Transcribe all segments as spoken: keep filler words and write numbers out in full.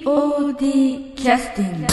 オーディー キャスティング。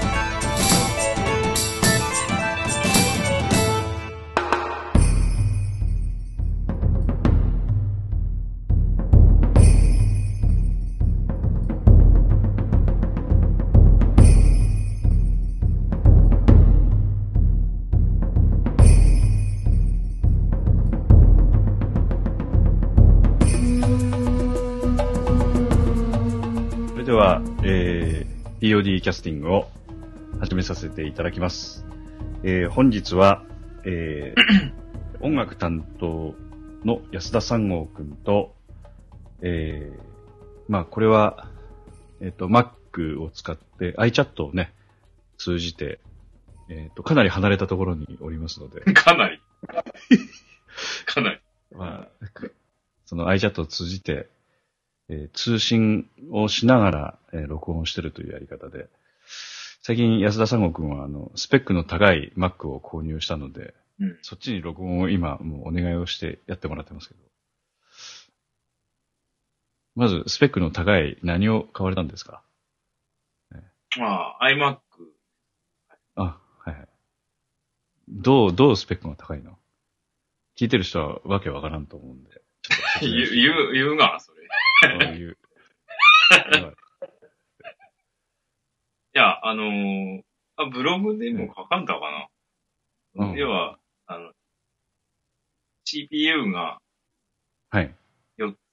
では、えー、ピーオーディー キャスティングを始めさせていただきます。えー、本日は、えー、音楽担当の安田三郷くんと、えー、まあこれは、えっと、Mac を使って iChat をね、通じて、えっと、かなり離れたところにおりますので。 かなり。かなり。 まあ、その iChat を通じて、えー、通信をしながら、えー、録音をしているというやり方で、最近安田三郷くんはあのスペックの高い Mac を購入したので、うん、そっちに録音を今もうお願いをしてやってもらってますけど、まずスペックの高い何を買われたんですか？ ね、ああ、iMac。 あ、はいはい。どう、どうスペックが高いの？聞いてる人はわけわからんと思うんで。 言う、言う、言うが、それ。 言う。 いや、あのー、あ、ブログでも書かんたかな。うん、要は、あの、シーピーユー が、 はい。 よっつ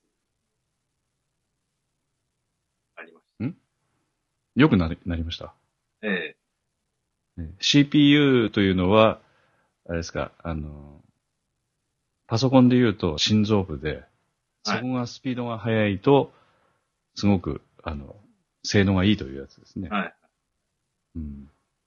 ありました。 んよくなり、なりました。 ええ。シーピーユー というのは、あれですか、あの、パソコンで言うと心臓部で、そこがスピードが速いと、すごく、あの、性能がいいというやつですね。 はい。 うん、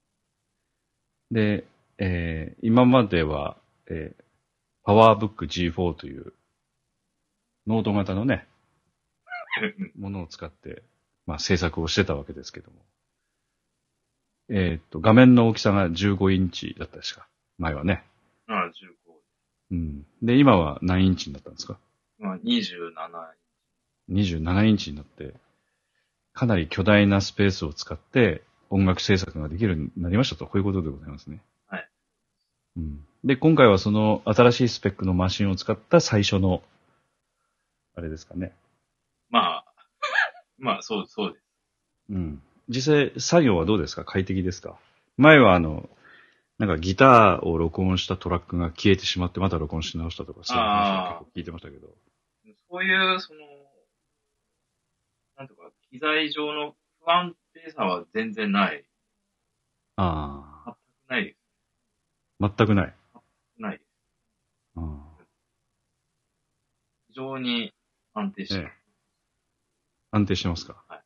で、えー、今までは、えー、PowerBook ジーフォー というノート型のね、ものを使って、まあ、制作をしてたわけですけども。えっと、画面の大きさがじゅうごインチだったですか。前はね。 ああ、じゅうご。 うん。で、今は何インチになったんですか？ まあ、にじゅうななインチ。にじゅうななインチになって、かなり巨大なスペースを使って音楽制作ができるようになりましたと、こういうことでございますね。 はい。 うん。で、今回はその新しいスペックのマシンを使った最初の、あれですかね。 まあ、まあ、そう、そうです。 うん。実際、作業はどうですか？快適ですか？前はあの、なんかギターを録音したトラックが消えてしまってまた録音し直したとか、そういう話を結構聞いてましたけど。 そういう、その、なんとか、機材上の不安定さは全然ない。 ああ。 全くないです。 全くない。 全くないです。 ああ。 非常に安定してます。ええ、 安定してますか？ はい。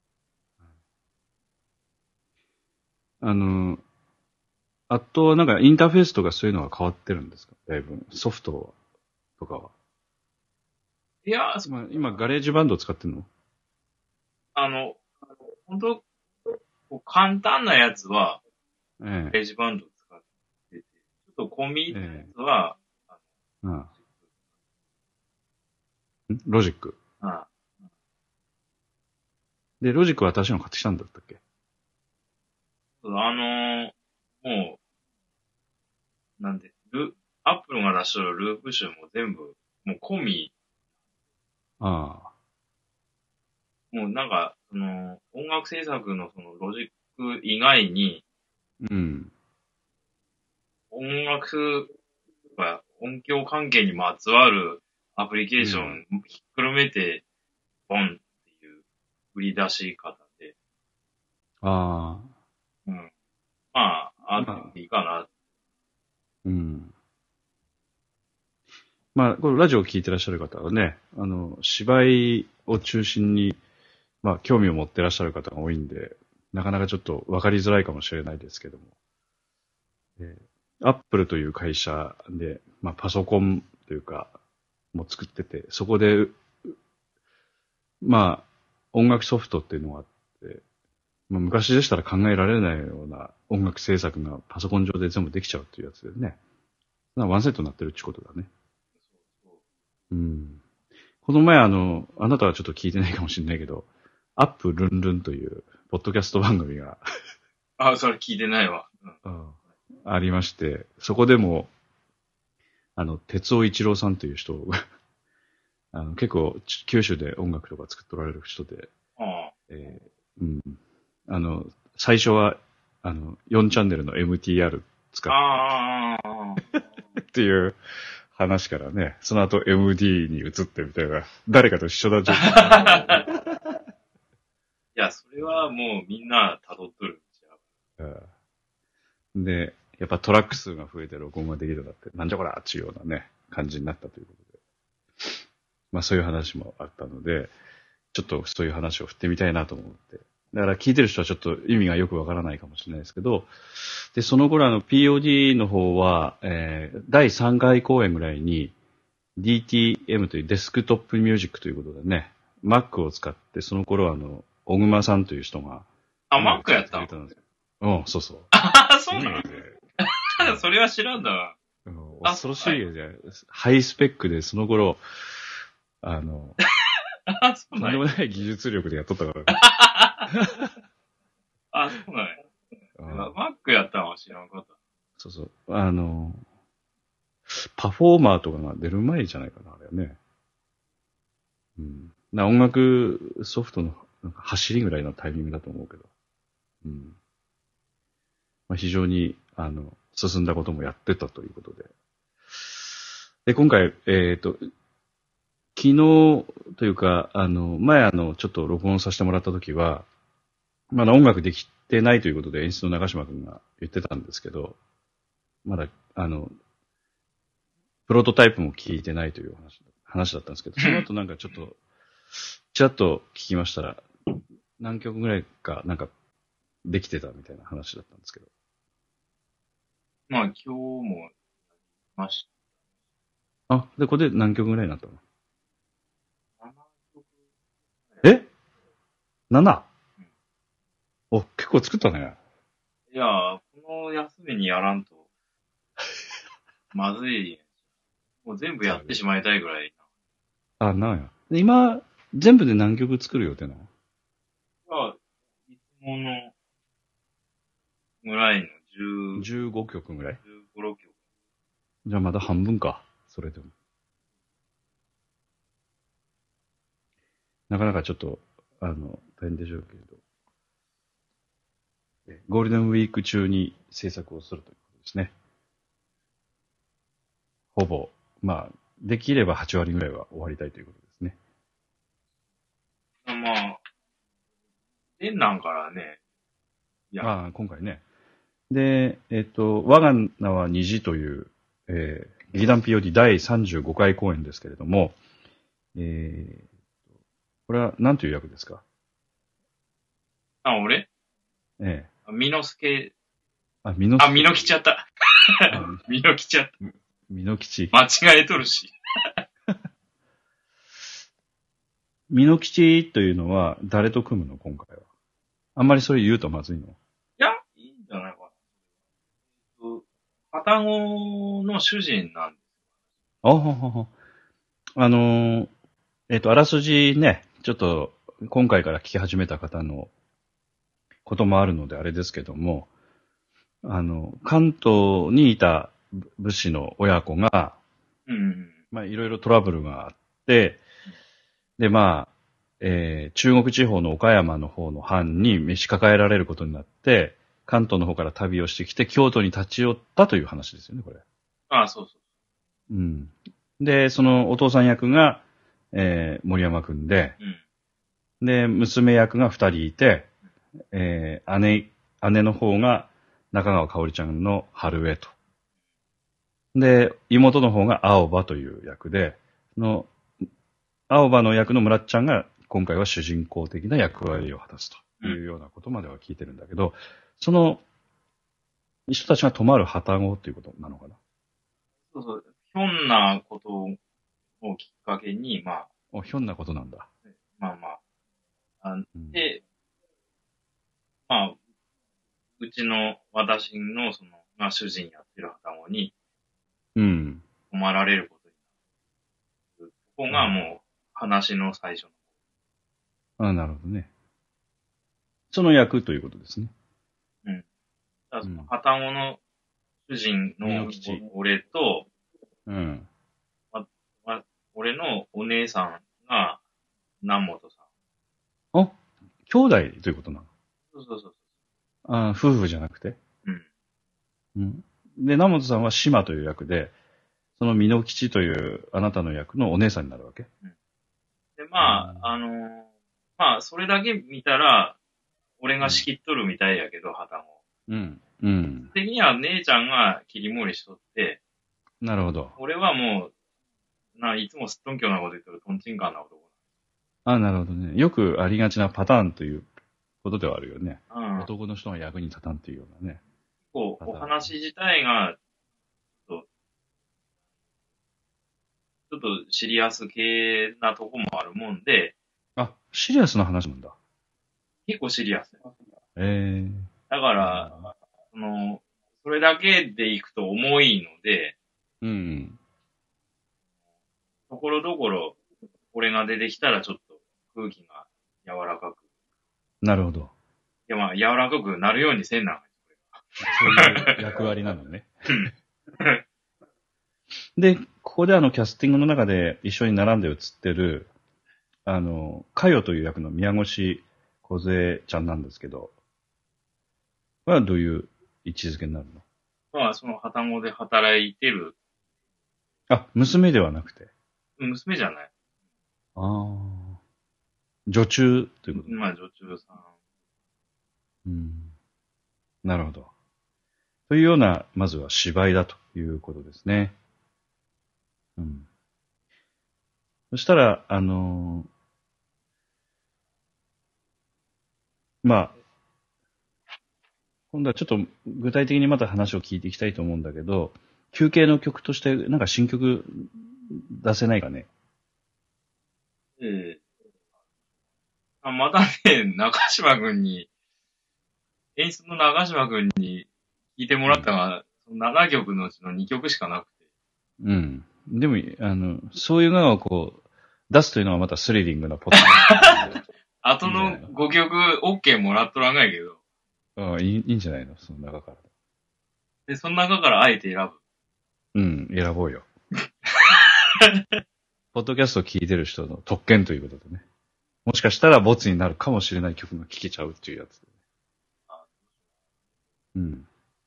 あの、あとはなんかインターフェースとかそういうのは変わってるんですか？だいぶ。ソフトとかは。 いやー、今、今ガレージバンドを使ってるの？ あの、本当簡単なやつは、 ええ、 ガレージバンドを使ってて、ちょっと込み入ったやつは、 ええ、ああ、ロジック。 ああ。 で、ロジックは私の買ってきたんだったっけ？ あのー、もう、なんで、ル、アップルが出しとるループ集も全部、もう込み。 ああ。 もうなんか、その、音楽制作のそのロジック以外に、 うん。 音楽とか音響関係にまつわるアプリケーションひっくるめて、ボンっていう売り出し方で。 ああ。 うん。まあ、あっていいかな。 うん。まあ、これラジオを聞いてらっしゃる方はね、あの、芝居を中心に、まあ、興味を持ってらっしゃる方が多いんで、なかなかちょっと分かりづらいかもしれないですけども。えー、アップルという会社で、まあ、パソコンというか、も作ってて、そこで、まあ、音楽ソフトっていうのがあって、まあ、昔でしたら考えられないような音楽制作がパソコン上で全部できちゃうっていうやつでね。ワンセットになってるってことだね。うん。この前あの、あなたはちょっと聞いてないかもしれないけど、 アップルンルンという、ポッドキャスト番組があ、それ聞いてないわ。 うん、ありまして、そこでも、あの、哲夫一郎さんという人があの、結構、九州で音楽とか作っておられる人で、 ああえーうん、あの、最初は、あの、よんチャンネルの エムティーアール 使っああ、 てっていう話からね、その後 エムディー に移ってみたいな、誰かと一緒だ状況。 いや、それはもうみんな辿っとるんちゃう。 うんで、やっぱトラック数が増えて録音ができるようになって、なんじゃこらっていうようなね、感じになったということで。まあそういう話もあったので、ちょっとそういう話を振ってみたいなと思って。だから聞いてる人はちょっと意味がよくわからないかもしれないですけど、で、その頃あの ピーオーディー の方は、えー、だいさんかい公演ぐらいに ディーティーエム というデスクトップミュージックということでね、Mac を使って、その頃あの、小熊さんという人が。 あ、Mac やったの？ うん、そうそう。 あ、そうなの？それは知らんだわ。 うん、恐ろしいよね。ハイスペックでその頃、あの、 あ、そうなんや。 とんでもない技術力でやっとったから。 あ、そうなんや。Mac やったのは知らんかった。 そうそう。あの、パフォーマーとかが出る前じゃないかな、あれはね。うん。な音楽ソフトのなんか走りぐらいのタイミングだと思うけど。うん。まあ、非常に、あの、進んだこともやってたということで。で、今回、えっと、昨日というか、あの、前あの、ちょっと録音させてもらったときは、まだ音楽できてないということで演出の長島くんが言ってたんですけど、まだ、あの、プロトタイプも聞いてないという話、話だったんですけど、その後なんかちょっと、ちらっと聞きましたら、何曲ぐらいか、なんか、できてたみたいな話だったんですけど。 まあ今日も、やりましあ、で、これで何曲ぐらいになったの？ た。ななきょく。 え ?なな？ お、結構作ったね。 いや、この休みにやらんと、まずい。もう全部やってしまいたいぐらい。 あ、なんや。で今、全部で何曲作る予定なの？ あ、いつものぐらいのじゅう、 じゅうごきょくぐらい。 じゅうご、ろっきょく。 じゃあまだ半分か。それでも。なかなかちょっと、あの、大変でしょうけれど。ゴールデンウィーク中に制作をするということですね。ほぼ、まあ、できればはちわりぐらいは終わりたいということですね。 まあ、でなんからね。いや、 ああ、今回ね。で、えっと、我が名は虹という、えー、劇団 ピーオーディー だいさんじゅうごかい公演ですけれども、えー、これは何という役ですか？ あ、俺ええ。 みのすけ。 あ、みのあ、みのきちゃった。みのきちゃった。 みのきち。 間違えとるし。 みのきちというのは誰と組むの今回は。あんまりそれ言うとまずいの？ いや、いいんじゃないかな。片子の主人なんです。 あははは。あのー、えっと、あらすじね、ちょっと今回から聞き始めた方のこともあるのであれですけども、あの、関東にいた武士の親子が、 うん。 まあいろいろトラブルがあって、で、まあ、えー、中国地方の岡山の方の藩に召し抱えられることになって、関東の方から旅をしてきて、京都に立ち寄ったという話ですよね、これ。 ああ、そうそう。 うん。で、そのお父さん役が、えー、森山くんで、 うん。 で、娘役が二人いて、えー、姉、姉の方が中川香織ちゃんの春江と。で、妹の方が青葉という役で、の、青葉の役の村っちゃんが今回は主人公的な役割を果たすというようなことまでは聞いてるんだけど、その人たちが泊まる旅籠ということなのかな？ そうそう。ひょんなことをきっかけに、まあ。 お、ひょんなことなんだ。 まあまあ。あうん、 で、まあ、うちの私のその、まあ主人やってる旅籠に、 うん。 泊まられることになる。ここがもう話の最初の。 あ、なるほどね。 その役ということですね。 うん。だからその旗子の主人の俺と、 うん。 ま、ま、俺のお姉さんが南本さん。あ、兄弟ということなの？ そうそうそう。 あ、夫婦じゃなくて？ うん。 うん。で、南本さんは島という役で、その美濃吉というあなたの役のお姉さんになるわけ？ うん。で、まあ、うん、あのー、まあ、それだけ見たら、俺が仕切っとるみたいやけど、旗子。 うん。うん。 的には姉ちゃんが切り盛りしとって、 なるほど。 俺はもう、な、いつもすっとんきょうなこと言ってるトンチンカンな男。 あ、なるほどね。よくありがちなパターンということではあるよね。 うん。 男の人が役に立たんっていうようなね。 こう、お話自体が、ちょっと、ちょっとシリアス系なとこもあるもんで。 あ、シリアスな話なんだ。 結構シリアス。 ええー。 だから、その、それだけでいくと重いので、 うん。 ところどころ、これが出てきたらちょっと空気が柔らかく。 なるほど。 いや、まあ、柔らかくなるようにせんな。 そういう役割なのね。で、ここであの、キャスティングの中で一緒に並んで映ってる、あの、かよという役の宮越梢ちゃんなんですけど、これはどういう位置づけになるの？ まあ、その旗子で働いてる。 あ、娘ではなくて。 娘じゃない。 ああ。女中ということ？ まあ、女中さん。うん。なるほど。というような、まずは芝居だということですね。うん。そしたら、あのー、まあ、今度はちょっと具体的にまた話を聞いていきたいと思うんだけど、休憩の曲として、なんか新曲出せないかね？ ええあ、またね、中島くんに、演出の中島くんに聴いてもらったが、うん、ななきょくのうちのにきょくしかなくて。 うん。でも、あの、そういうのをこう、出すというのはまたスリリングなポッド。 後のごきょく OK もらっとらんがいけど。 ああ、いい、いいんじゃないの？その中から。 で、その中からあえて選ぶ。うん、選ぼうよ。ポッドキャストを聞いてる人の特権ということでね。もしかしたらボツになるかもしれない曲が聴けちゃうっていうやつで、ね。うん。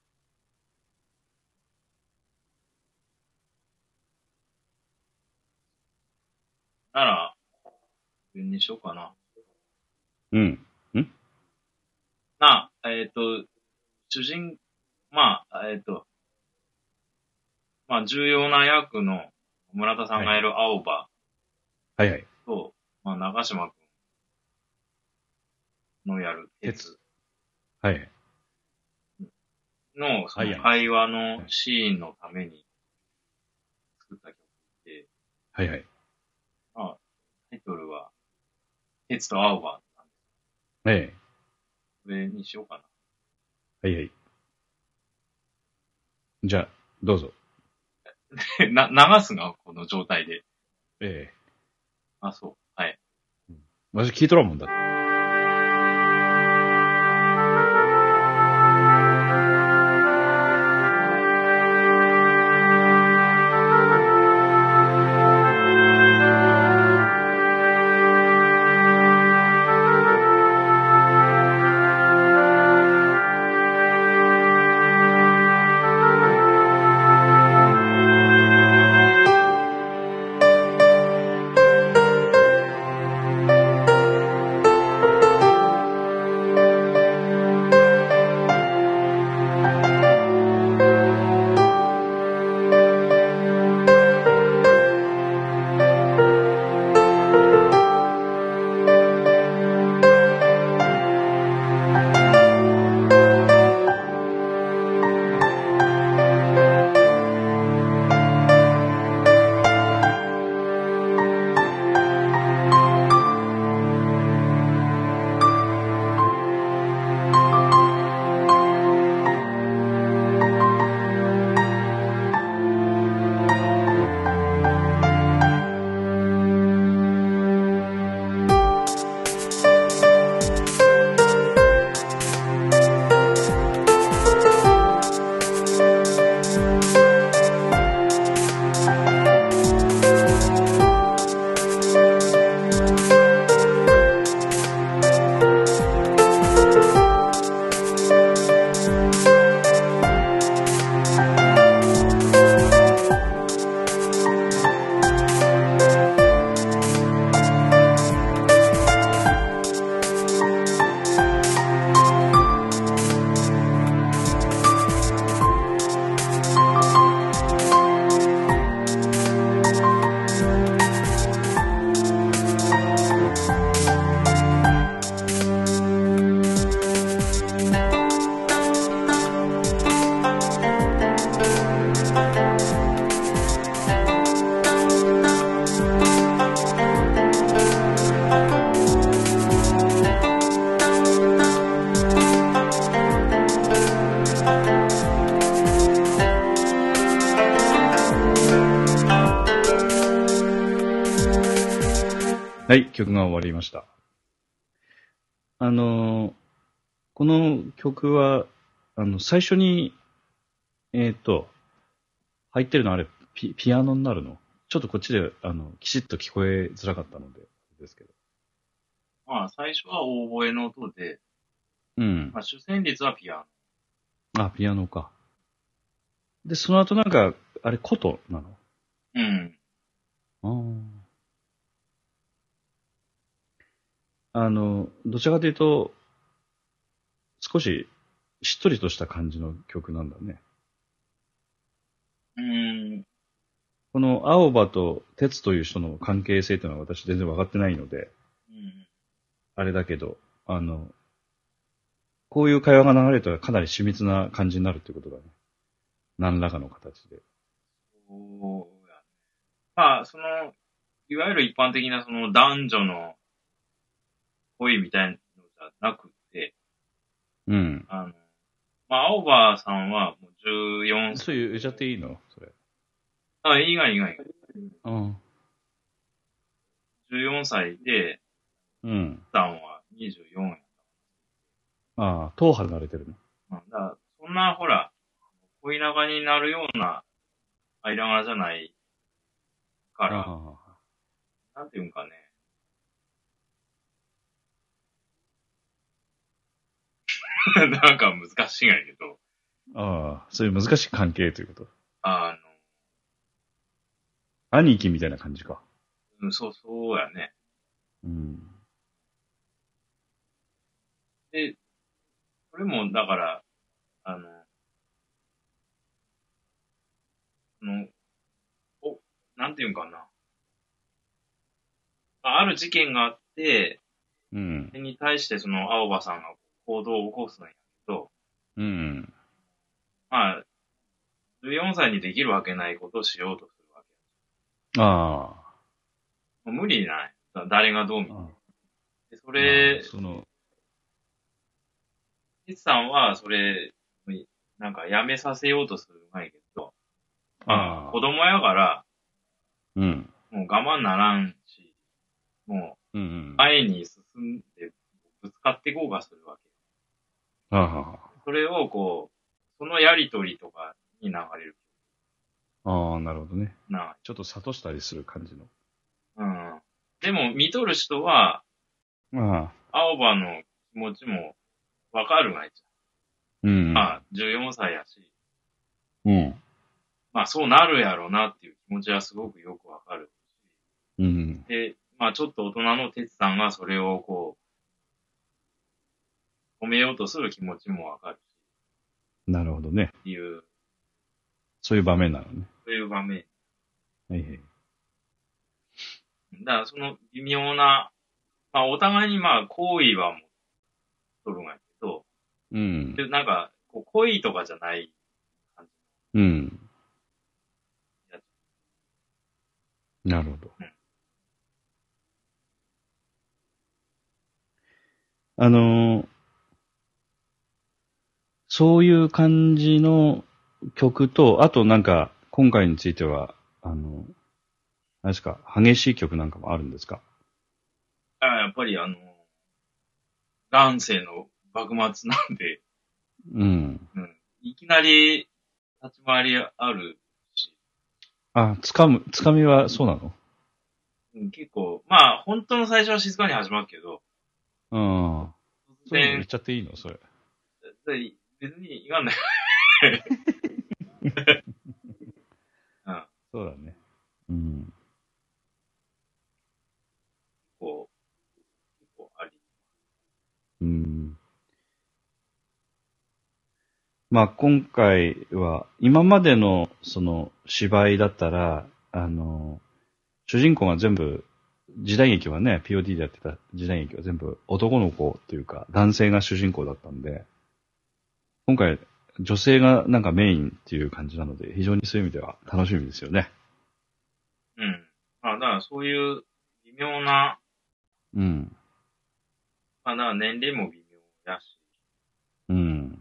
なら、順にしようかな。 うん。んな、えっ、ー、と、主人、まあ、えっ、ー、と、まあ、重要な役の村田さんがやる青葉。 はいはい。 と、まあ、長島くんのやる鉄。 はい。 の、その会話のシーンのために作った曲で。 はいはい。 あ、タイトルは、鉄と青葉なんです。 ええ。 これにしようかな。 はいはい。じゃあ、どうぞ。 な、流すが、この状態で。 ええ。 あ、そう。はい。 うん、私聞いとらんもんだって。 はい、曲が終わりました。あのー、この曲は、あの、最初に、えっと、入ってるのあれ、ピ、ピアノになるの？ちょっとこっちで、あの、きちっと聞こえづらかったので、ですけど。 まあ、最初はオーボエの音で、 うん。 まあ、主旋律はピアノ。 あ、ピアノか。で、その後なんか、あれ、琴なの？ うん。 ああ。あの、どちらかというと、少し、しっとりとした感じの曲なんだね。 うーん。 この青葉と鉄という人の関係性というのは私全然分かってないので、 うん。 あれだけど、あの、こういう会話が流れるとかなり緻密な感じになるっていうことだね。何らかの形で。 そうやね。まあ、その、いわゆる一般的なその男女の恋みたいなのじゃなくて、 うん。 あの、まあ、青葉さんはもうじゅうよんさい。 そういう、歌っていいのそれ。 あ、いいがいいがいいが。 うん。 じゅうよんさいで、 うん。 さんはにじゅうよんや。 ああ、党離れてるの。 うん、だからそんな、ほら、恋仲になるような間柄じゃないから、 あなんていうんかね。なんか難しいんやけど、 あ、ああ、そういう難しい関係ということ。 あ兄貴みたいな感じか。 の、うん、そう、そうやね。 うん。 で、それも、だから、あの、その、お、なんていうんかな。あある事件があって、 うん。 それに対してその青葉さんが行動を起こすんやけど、 うん。 まあ、じゅうよんさいにできるわけないことをしようとするわあけ。もう無理ない。誰がどう見て。 あ。 で、そまれ、 あ、その、 テツさんはそれ、なんかやめさせようとするんやけど、まあ、 ああ。 子供やから、 うん。 もう我慢ならんし、もうんううん。 前に進んでぶつかっていこうがするわけ。 あそれをこう、そのやりとりとかに流れる。 あ。ああ、なるほどね。 な、 ちょっと諭したりする感じの。 うん。でも、見とる人は、 ああ。 青葉の気持ちもわかるがいじうん。 ゃん。まあ、じゅうよんさいやし、 うん。 まあそうなるやろうなっていう気持ちはすごくよくわかるうん。 し。で、まあちょっと大人の哲さんがそれをこう、止めようとする気持ちもわかるし。 なるほどね。 っていう、 そういう場面なのね。 そういう場面。 はいはい。 だからその微妙な、まあお互いにまあ好意はもとるんやけど、 うん。 でなんか、こう恋とかじゃない感じうん。 のやつ。 なるほど。 うん。 あのーそういう感じの曲と、あとなんか、今回については、あの、あれですか、激しい曲なんかもあるんですか？ あやっぱりあの、乱世の幕末なんで、 うん。 うん。いきなり立ち回りあるし、 あ、つかむ、つかみはそうなの？ うん、結構、まあ、本当の最初は静かに始まるけど、 うん。 突然、 そういうの言っちゃっていいのそれ。 で別にいかんない。うん。 そうだね。うん。 こう、結構あり。 うん。まあ今回は、今までのその芝居だったら、あの、主人公が全部、時代劇はね、ピーオーディー でやってた時代劇は全部男の子というか、男性が主人公だったんで、今回、女性がなんかメインっていう感じなので、非常にそういう意味では楽しみですよね。 うん。まあ、だからそういう微妙な、 うん。 まあ、だから年齢も微妙だし、 うん。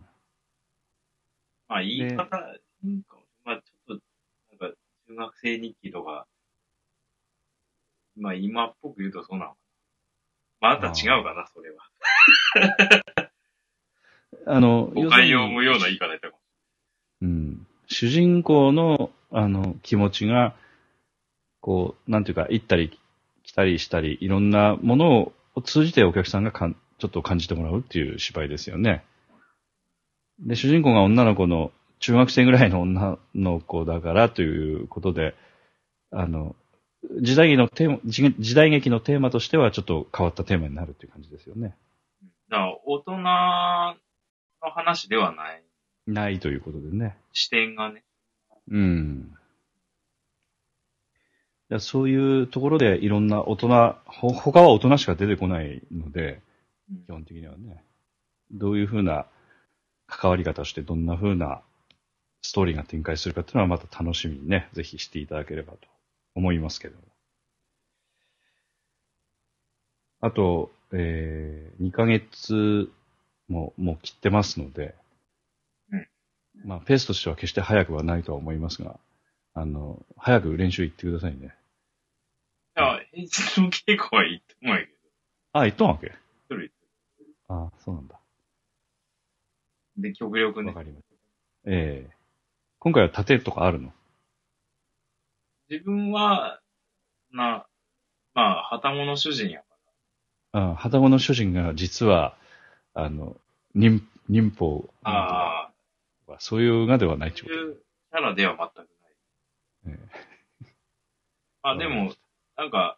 まあ、言いで、 方、いいかも。まあ、ちょっと、なんか、中学生日記とか、まあ、今っぽく言うとそうなのかまた違うかな、それは。 あの、 誤解を生むような言い方やったかも。 うん。主人公の、あの、気持ちが、こう、なんていうか、行ったり来たりしたり、いろんなものを通じてお客さんがかんちょっと感じてもらうっていう芝居ですよね。で、主人公が女の子の、中学生ぐらいの女の子だからということで、あの、時代劇のテーマ、時時代劇のテーマとしてはちょっと変わったテーマになるっていう感じですよね。 だから大人の話ではない。 ないということでね。 視点がね。 うん。いやそういうところでいろんな大人、ほ他は大人しか出てこないので、基本的にはね、どういうふうな関わり方をしてどんなふうなストーリーが展開するかっていうのはまた楽しみにね、ぜひしていただければと思いますけども。あと、えー、にかげつももう切ってますので、 うん、 まあペースとしては決して早くはないとは思いますが、あの、早く練習行ってくださいね。 いや、平日の稽古はいいと思うんやけど。 あ、行っとんわけ？ 一人あ、そうなんだ。 で、極力ね。 わかりました。ええー。今回は盾とかあるの？ 自分は、な、まあ、旗物主人やかあ、旗物主人が実は、あの、忍、忍法ら。ああ。 そういうがではないってこと。 そういうキャラでは全くない。 ええ、 あ、でも、なんか、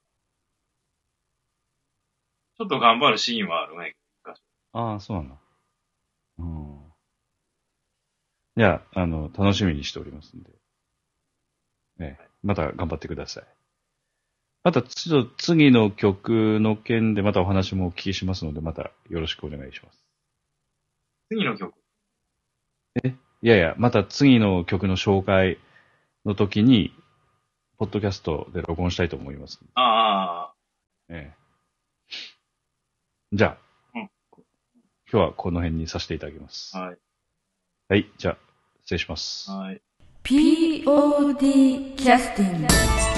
ちょっと頑張るシーンはあるね。 ああ、そうなんだ。うん。いや、あの、楽しみにしておりますんで。ね、また頑張ってください。また、ちょっと次の曲の件でまたお話もお聞きしますので、またよろしくお願いします。 次の曲。 え、いやいや、また次の曲の紹介の時に、ポッドキャストで録音したいと思います。 ああ。 ええ。じゃあ、 うん、 今日はこの辺にさせていただきます。 はい。 はい、じゃあ、失礼します。 はい。 ピーオーディー キャスティング